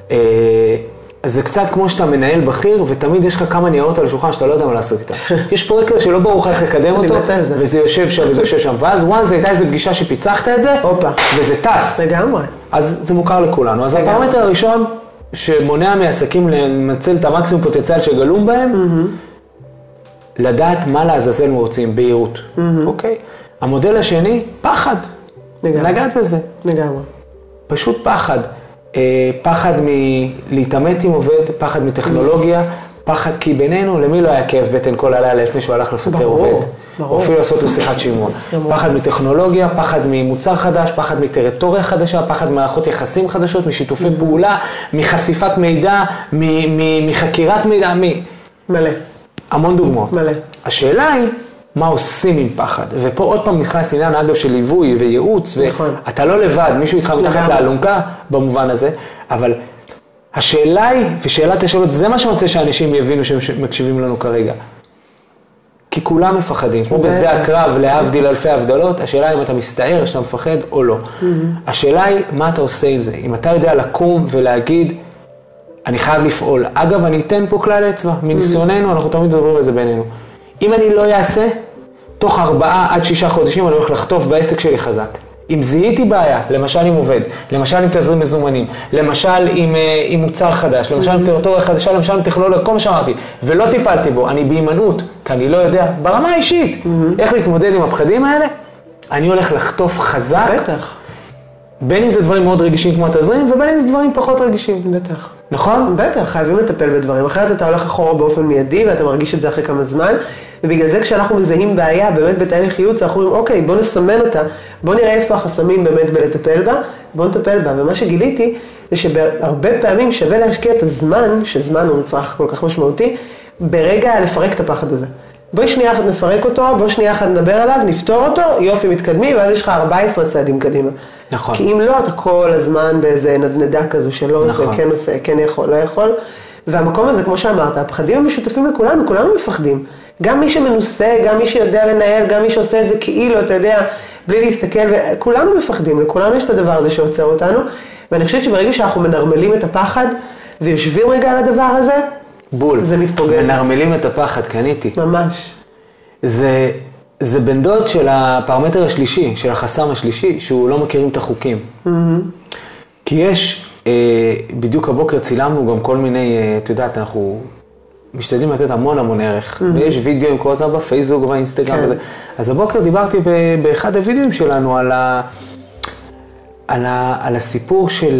אז זה קצת כמו שאתה מנהל בכיר, ותמיד יש לך כמה ניירות על השולחן שאתה לא יודע מה לעשות איתה. יש פרויקט כזה שלא ברור איך לקדם אותו, וזה יושב שם וזה יושב שם. ואז וואן, זה הייתה איזו פגישה שפיצחת את זה, וזה טס. לגמרי. אז זה מוכר לכולנו. אז הפרמטר הראשון, שמונע מעסקים לנצל את המקסימום פוטנציאל שגלום בהם, לדעת מה לעזאזל רוצים, בהירות. אוקיי? המודל השני, פחד. לגעת בזה. לגמרי. פשוט פחד. פחד מלהתאמת עם עובד, פחד מטכנולוגיה, פחד כי בינינו, למי לא היה כאב בטן כל הלילה לפני שהוא הלך לפטר עובד? או אפילו לעשות לו שיחת שימון. פחד מטכנולוגיה, פחד ממוצר חדש, פחד מטריטוריה חדשה, פחד מערכות יחסים חדשות, משיתופי פעולה, מחשיפת מידע, מחקירת מידע, מלא. המון דוגמאות. מלא. השאלה היא, מה עושים עם פחד? ופה עוד פעם נכנס עניין אגב של ליווי וייעוץ, ואתה לא לבד, מישהו איתך מתחת לאלונקה במובן הזה, אבל השאלה היא, ושאלת השאלות, זה מה שרוצה שאנשים יבינו שהם מקשיבים לנו כרגע. כי כולם מפחדים, כמו בשדה הקרב, להבדיל אלפי הבדלות, השאלה היא אם אתה מסתער, שאתה מפחד או לא. השאלה היא, מה אתה עושה עם זה? אם אתה יודע לקום ולהגיד, אני חייב לפעול. אגב, אני אתן פה כלל אצבע, מניסיוננו, אנחנו תמיד מדברים על זה בינינו. אם אני לא אעשה, תוך 4 עד 6 חודשים אני הולך לחטוף בעסק שלי חזק. אם זיהיתי בעיה, למשל עם עובד, למשל עם תזרים מזומנים, למשל עם מוצר חדש, למשל עם טריטוריה חדשה, למשל עם טכנולוגיה, כל מה שאמרתי, ולא טיפלתי בו, אני בהימנעות, כי אני לא יודע, ברמה האישית, איך להתמודד עם הפחדים האלה, אני הולך לחטוף חזק. בטח. בין אם זה דברים מאוד רגישים כמו התזרים, ובין אם זה דברים פחות רגישים. בטח. נכון? בטח, חייבים לטפל בדברים. אחרת אתה הולך אחורה באופן מיידי, ואתה מרגיש את זה אחרי כמה זמן, ובגלל זה כשאנחנו מזהים בעיה, באמת בתהליך ייעוץ, אנחנו אומרים, אוקיי, בוא נסמן אותה, בוא נראה איפה החסמים באמת בלטפל בה, בוא נטפל בה. ומה שגיליתי, זה שבהרבה פעמים שווה להשקיע את הזמן, שזמן הוא מצרך כל כך משמעותי, ברגע לפרק את הפחד הזה. בואי שנייה אחת נפרק אותו, בואי שנייה אחת נדבר עליו, נפתור אותו, יופי מתקדמים, ואז יש לך 14 צעדים קדימה. נכון. כי אם לא, אתה כל הזמן באיזה נדנדה כזו שלא עושה, כן יכול, לא יכול. והמקום הזה, כמו שאמרת, הפחדים הם משותפים לכולנו, כולנו מפחדים. גם מי שמנוסה, גם מי שיודע לנהל, גם מי שעושה את זה כאילו, אתה יודע, בלי להסתכל, וכולנו מפחדים, לכולנו יש את הדבר הזה שעוצר אותנו, ואני חושבת שברגע שאנחנו מנרמלים את הפחד, ויושבים רגע על הדבר הזה, בול. זה מתפוגג. מנרמלים את הפחד, קניתי. ממש. זה בן דוד של הפרמטר השלישי, של החסם השלישי, שהוא לא מכירים את החוקים. כי יש, בדיוק הבוקר צילמנו גם כל מיני, את יודעת, אנחנו משתדלים לתת המון ערך, ויש וידאוים כל הזמן בפייסבוק ובאינסטגרם וזה. אז הבוקר דיברתי באחד הוידאוים שלנו על הסיפור של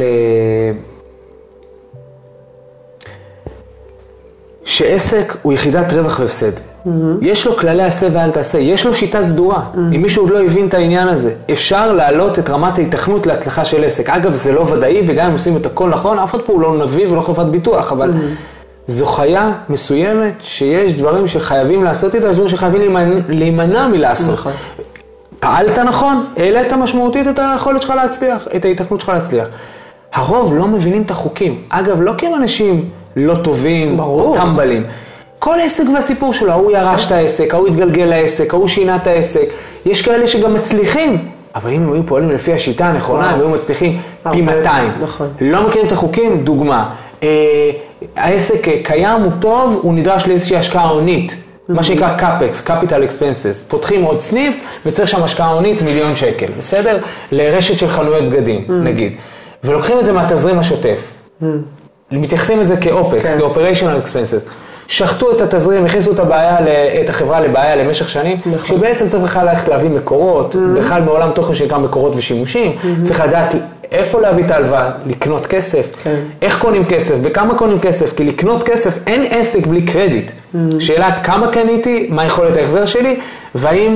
שעסק הוא יחידת רווח והפסד. יש לו כללי עשה ואל תעשה, יש לו שיטה סדורה. אם מישהו עוד לא הבין את העניין הזה, אפשר להעלות את רמת ההיתכנות להצלחה של עסק. אגב, זה לא ודאי, וגם אם עושים את הכל נכון, אף אחד פה הוא לא נביא ולא חברת ביטוח, אבל זו חיה מסוימת שיש דברים שחייבים לעשות איתה, יש דברים שחייבים להימנע מלעשות. פעלת נכון, העלית משמעותית את היכולת שלך להצליח, את ההיתכנות שלך להצליח. הרוב לא מבינים את החוקים. אגב, לא כי הם אנשים לא טובים או טמבלים. כל עסק והסיפור שלו, הוא ירש את העסק, הוא התגלגל לעסק, הוא שינה את העסק. יש כאלה שגם מצליחים, אבל אם הם היו פועלים לפי השיטה הנכונה, הם היו מצליחים פי 200. לא מכירים את החוקים, דוגמה. העסק קיים, הוא טוב, הוא נדרש לאיזושהי השקעה הונית. מה שנקרא CAPEX, Capital Expenses. פותחים עוד סניף וצריך שם השקעה הונית 1,000,000 שקל, בסדר? לרשת של חנויות בגדים, נגיד. ולוקחים את זה מהתזרים השוטף. מתייחסים את זה כ-OPEX, כ-Operational Expenses. שחטו את התזרים, הכניסו את החברה לבעיה למשך שנים, שבעצם צריך בכלל ללכת להביא מקורות, בכלל מעולם תוכן שנקרא מקורות ושימושים, צריך לדעת איפה להביא את ההלוואה, לקנות כסף, איך קונים כסף, בכמה קונים כסף, כי לקנות כסף אין עסק בלי קרדיט. שאלה כמה קניתי, מה יכולת ההחזר שלי, והאם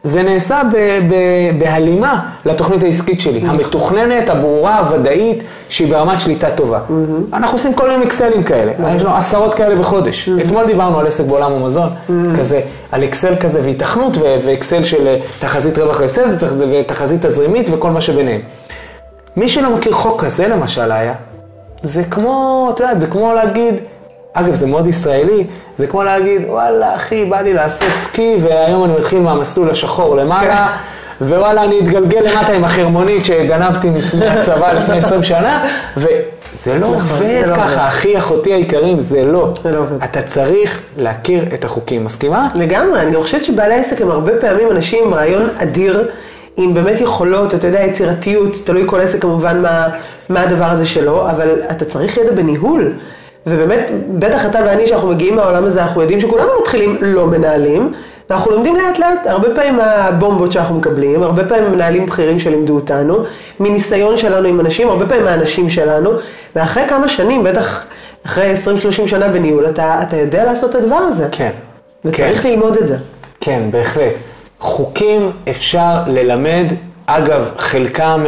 זה נעשה בהלימה לתוכנית העסקית שלי, המתוכננת, הברורה, הוודאית, שהיא ברמת שליטה טובה. אנחנו עושים כל מיני אקסלים כאלה, יש לנו עשרות כאלה בחודש. אתמול דיברנו על עסק בעולם המזון, כזה, על אקסל כזה והתכנות, ואקסל של תחזית רווח והפסד, ותחזית תזרימית וכל מה שביניהם. מי שלא מכיר חוק כזה למשל היה, זה כמו, אתה יודע, זה כמו להגיד, אגב, זה מאוד ישראלי, זה כמו להגיד, וואלה, אחי, בא לי לעשות סקי, והיום אני מתחיל מהמסלול השחור למעלה, ווואלה, אני אתגלגל למטה עם החרמונית שגנבתי מהצבא לפני 20 שנה, וזה לא עובד ככה, אחי, אחותי היקרים, זה לא. אתה צריך להכיר את החוקים, מסכימה? לגמרי, אני חושבת שבעלי עסק הם הרבה פעמים אנשים עם רעיון אדיר, עם באמת יכולות, אתה יודע, יצירתיות, תלוי כל עסק כמובן מה הדבר הזה שלו, אבל אתה צריך ידע בניהול. ובאמת, בטח אתה ואני שאנחנו מגיעים מהעולם הזה, אנחנו יודעים שכולנו מתחילים לא מנהלים, ואנחנו לומדים לאט לאט, הרבה פעמים הבומבות שאנחנו מקבלים, הרבה פעמים מנהלים בכירים שלימדו אותנו, מניסיון שלנו עם אנשים, הרבה פעמים מהאנשים שלנו, ואחרי כמה שנים, בטח אחרי 20-30 שנה בניהול, אתה יודע לעשות את הדבר הזה. כן. וצריך ללמוד את זה. כן, בהחלט. חוקים אפשר ללמד, אגב, חלקם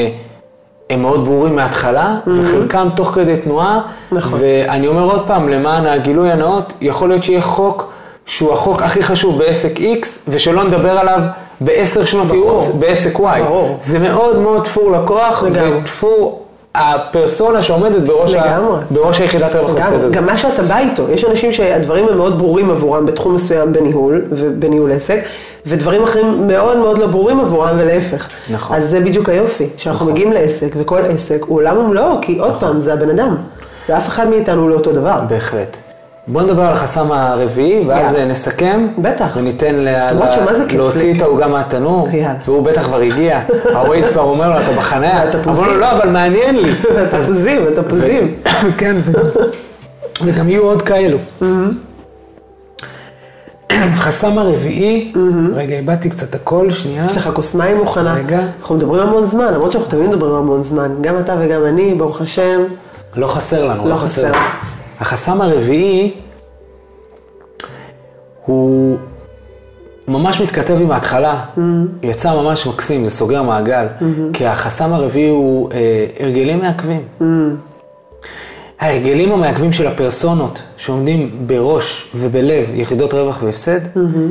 הם מאוד ברורים מההתחלה, וחלקם תוך כדי תנועה, נכון. ואני אומר עוד פעם, למען הגילוי הנאות, יכול להיות שיהיה חוק שהוא החוק הכי חשוב בעסק X, ושלא נדבר עליו ב10 שנות ייעוץ בעסק Y. ברור. זה מאוד מאוד תפור לקוח, ותפור הפרסונה שעומדת בראש היחידת רווח והפסד הזה. גם מה שאתה בא איתו, יש אנשים שהדברים הם מאוד ברורים עבורם בתחום מסוים בניהול ובניהול עסק, ודברים אחרים מאוד מאוד לא ברורים עבורם ולהפך. נכון. אז זה בדיוק היופי, שאנחנו מגיעים לעסק, וכל עסק הוא עולם ומלואו, כי עוד פעם זה הבן אדם, ואף אחד מאיתנו הוא לא אותו דבר. בהחלט. בוא נדבר על החסם הרביעי, ואז נסכם. בטח. וניתן להוציא את העוגה מהתנור, והוא בטח כבר הגיע. הווייז כבר אומר לו, אתה בחניה. אמרו לו, לא, אבל מעניין לי. התפוזים. כן, וגם יהיו עוד כאלו. חסם הרביעי, רגע, איבדתי קצת הכל, שנייה. יש לך כוס מים מוכנה. רגע. אנחנו מדברים המון זמן, למרות שאנחנו תמיד מדברים המון זמן. גם אתה וגם אני, ברוך השם. לא חסר לנו, לא חסר. החסם הרביעי הוא ממש מתכתב עם ההתחלה, יצא ממש מקסים, זה סוגר מעגל, כי החסם הרביעי הוא הרגלים מעכבים. ההרגלים המעכבים של הפרסונות שעומדים בראש ובלב יחידות רווח והפסד,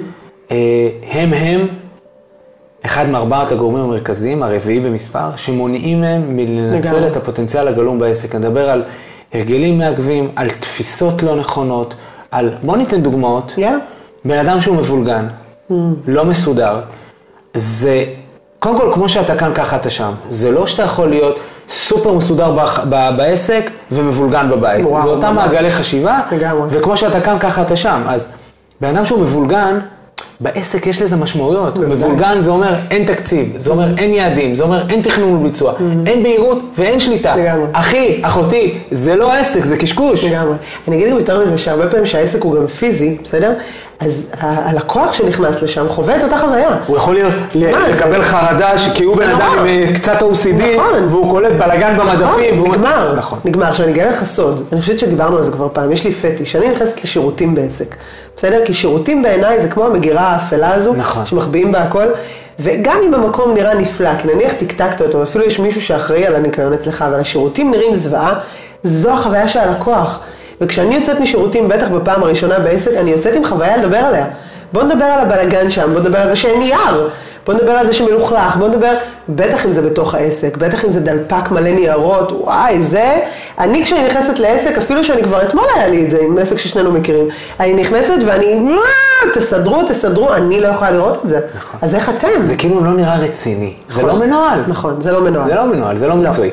הם אחד מארבעת הגורמים המרכזיים, הרביעי במספר, שמונעים מהם מלנצל את הפוטנציאל הגלום בעסק. נדבר על הרגלים מעכבים, על תפיסות לא נכונות, בוא ניתן דוגמאות. בן אדם שהוא מבולגן, לא מסודר, זה, קודם כל, כמו שאתה כאן, ככה אתה שם. זה לא שאתה יכול להיות סופר מסודר בעסק ומבולגן בבית. זה אותם מעגלי חשיבה, וכמו שאתה כאן, ככה אתה שם. אז בן אדם שהוא מבולגן, בעסק יש לזה משמעויות. מבולגן זה אומר אין תקציב, זה אומר אין יעדים, זה אומר אין תכנון וביצוע, אין בהירות ואין שליטה. אחי, אחותי, זה לא עסק, זה קשקוש. לגמרי. אני אגיד גם יותר מזה שהרבה פעמים שהעסק הוא גם פיזי, בסדר? אז הלקוח שנכנס לשם חווה את אותה חוויה. הוא יכול לקבל חרדה כי הוא בן אדם עם קצת OCD, והוא קולט בלגן במדפים. נגמר. עכשיו אני אגלה לך סוד, אני חושבת שדיברנו על זה כבר פעם, יש לי פטיש, אני נכנסת לשירותים בעסק. בסדר? כי שירותים בעיניי זה כמו המגירה האפלה הזו, שמחביאים בה הכל, וגם אם המקום נראה נפלא, כי נניח תקתקת אותו, אפילו יש מישהו שאחראי על הניקיון אצלך, אבל השירותים נראים זוועה, זו החוויה של הלקוח. וכשאני יוצאת משירותים, בטח בפעם הראשונה בעסק, אני יוצאת עם חוויה לדבר עליה. בוא נדבר על הבלגן שם, בוא נדבר על זה שאין נייר, בוא נדבר על זה שמלוכלך, בוא נדבר, בטח אם זה בתוך העסק, בטח אם זה דלפק מלא ניירות, וואי, זה, אני כשאני נכנסת לעסק, אפילו שאני כבר אתמול היה לי את זה, עם עסק ששנינו מכירים, אני נכנסת ואני, תסדרו, אני לא יכולה לראות את זה. אז איך אתם? זה כאילו לא נראה רציני, זה לא מנוהל. נכון, זה לא מנוהל. זה לא מקצועי.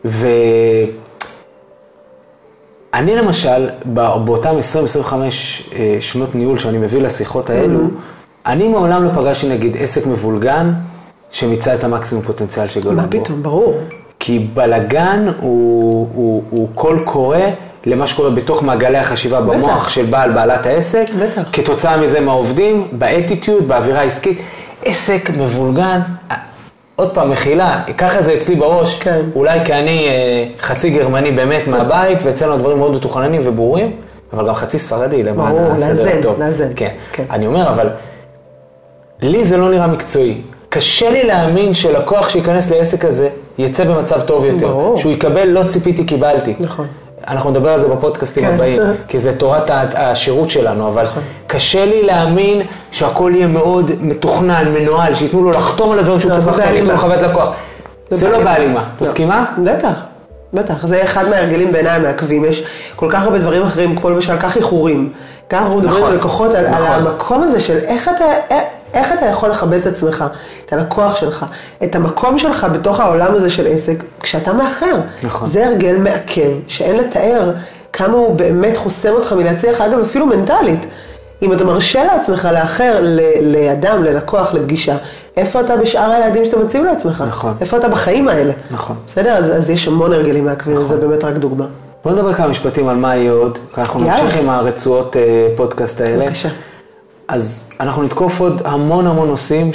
אני למשל, באותם 20-25 שנות ניהול שאני מביא לשיחות האלו, אני מעולם לא פגשתי נגיד עסק מבולגן שמיצה את המקסימום פוטנציאל שגלום בו. מה פתאום, ברור. כי בלגן הוא קול קורא למה שקורה בתוך מעגלי החשיבה במוח של בעלת העסק. בטח. כתוצאה מזה מהעובדים, באטיטיוד, באווירה העסקית. עסק מבולגן, עוד פעם, מחילה, ככה זה אצלי בראש, כן. אולי כי אני חצי גרמני באמת מהבית, ואצלנו הדברים מאוד מתוכננים וברורים, אבל גם חצי ספרדי למען הסדר הטוב. לאזן. כן. אני אומר, אבל לי זה לא נראה מקצועי. קשה לי להאמין שלקוח שייכנס לעסק הזה יצא במצב טוב יותר. ברור. שהוא יקבל לא ציפיתי קיבלתי. נכון. אנחנו נדבר על זה בפודקאסטים הבאים, כי זה תורת השירות שלנו, אבל קשה לי להאמין שהכל יהיה מאוד מתוכנן, מנוהל, שיתנו לו לחתום על הדברים שהוא צריך לחתום, יתנו לו חוות לקוח. זה לא בהלימה. מסכימה? בטח. בטח, זה אחד מההרגלים בעיניי המעכבים, יש כל כך הרבה דברים אחרים, כמו למשל כך איחורים, ככה אנחנו מדברים על לקוחות, על המקום הזה של איך אתה יכול לכבד את עצמך, את הלקוח שלך, את המקום שלך בתוך העולם הזה של עסק, כשאתה מאחר. נכון. זה הרגל מעכב, שאין לתאר כמה הוא באמת חוסם אותך מלהצליח, אגב אפילו מנטלית. אם אתה מרשה לעצמך לאחר לאדם, ללקוח, לפגישה, איפה אתה בשאר היעדים שאתה מציב לעצמך? נכון. איפה אתה בחיים האלה? נכון. בסדר? אז יש המון הרגלים מעכבים, וזה באמת רק דוגמה. בוא נדבר כמה משפטים על מה יהיה עוד, כי אנחנו נמשיך עם הרצועות פודקאסט האלה. בבקשה. אז אנחנו נתקוף עוד המון נושאים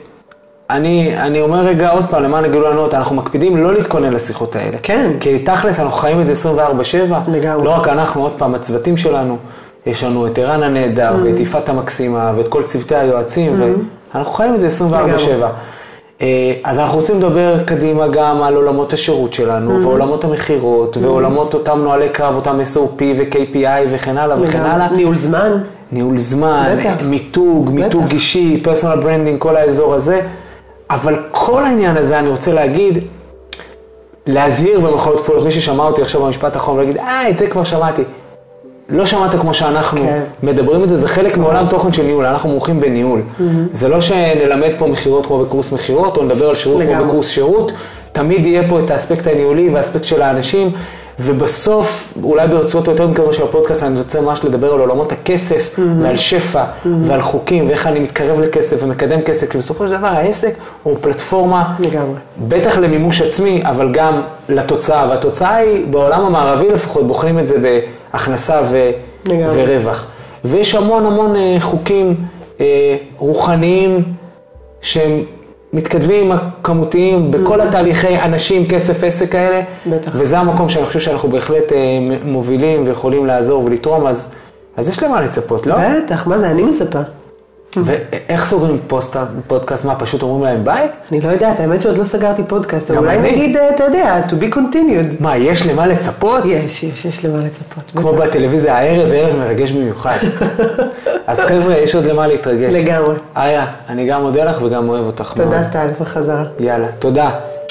שאני אומר רגע עוד פעם, למען הגילוי הנאות, אנחנו מקפידים לא להתכונן לשיחות האלה. כן. כי תכלס אנחנו חיים את זה 24/7. לגמרי. לא רק אנחנו, עוד פעם, הצוותים שלנו. יש לנו את ערן הנהדר ואת יפעת המקסימה ואת כל צוותי היועצים, ואנחנו חיים את זה 24/7. אז אנחנו רוצים לדבר קדימה גם על עולמות השירות שלנו, ועולמות המחירות, ועולמות אותם נועלי קרב, אותם SOP ו-KPI וכן הלאה וכן הלאה. ניהול זמן, מיתוג אישי, פרסונל ברנדינג, כל האזור הזה. אבל כל העניין הזה אני רוצה להגיד, להזהיר במחאות כפולות, מי ששמע אותי עכשיו במשפט האחרון ולהגיד, את זה כבר שמעתי. לא שמעת כמו שאנחנו מדברים את זה, זה חלק מעולם תוכן של ניהול, אנחנו מומחים בניהול. זה לא שנלמד פה מחירות כמו בקורס מחירות, או נדבר על שירות כמו בקורס שירות, תמיד יהיה פה את האספקט הניהולי והאספקט של האנשים, ובסוף, אולי ברצועות יותר מכמה של הפודקאסט, אני רוצה ממש לדבר על עולמות הכסף, ועל שפע, ועל חוקים, ואיך אני מתקרב לכסף ומקדם כסף, כי בסופו של דבר העסק הוא פלטפורמה, בטח למימוש עצמי, אבל גם לתוצאה, והתוצאה היא, בעולם המערבי לפחות, בוחנים את זה בהכנסה ורווח. ויש המון חוקים רוחניים שהם מתכתבים הכמותיים בכל התהליכי אנשים, כסף, עסק כאלה. בטח. וזה המקום שאני חושב שאנחנו בהחלט מובילים ויכולים לעזור ולתרום, אז יש למה לצפות, לא? בטח, מה זה? אני מצפה. ואיך סוגרים פודקאסט? מה, פשוט אומרים להם ביי? אני לא יודעת, האמת שעוד לא סגרתי פודקאסט, אולי נגיד, אתה יודע, to be continued. מה, יש למה לצפות? יש למה לצפות. כמו בטלוויזיה, הערב מרגש במיוחד. אז חבר'ה, יש עוד למה להתרגש. לגמרי. איה, אני גם מודה לך וגם אוהב אותך. תודה, טל, בחזרה. יאללה, תודה.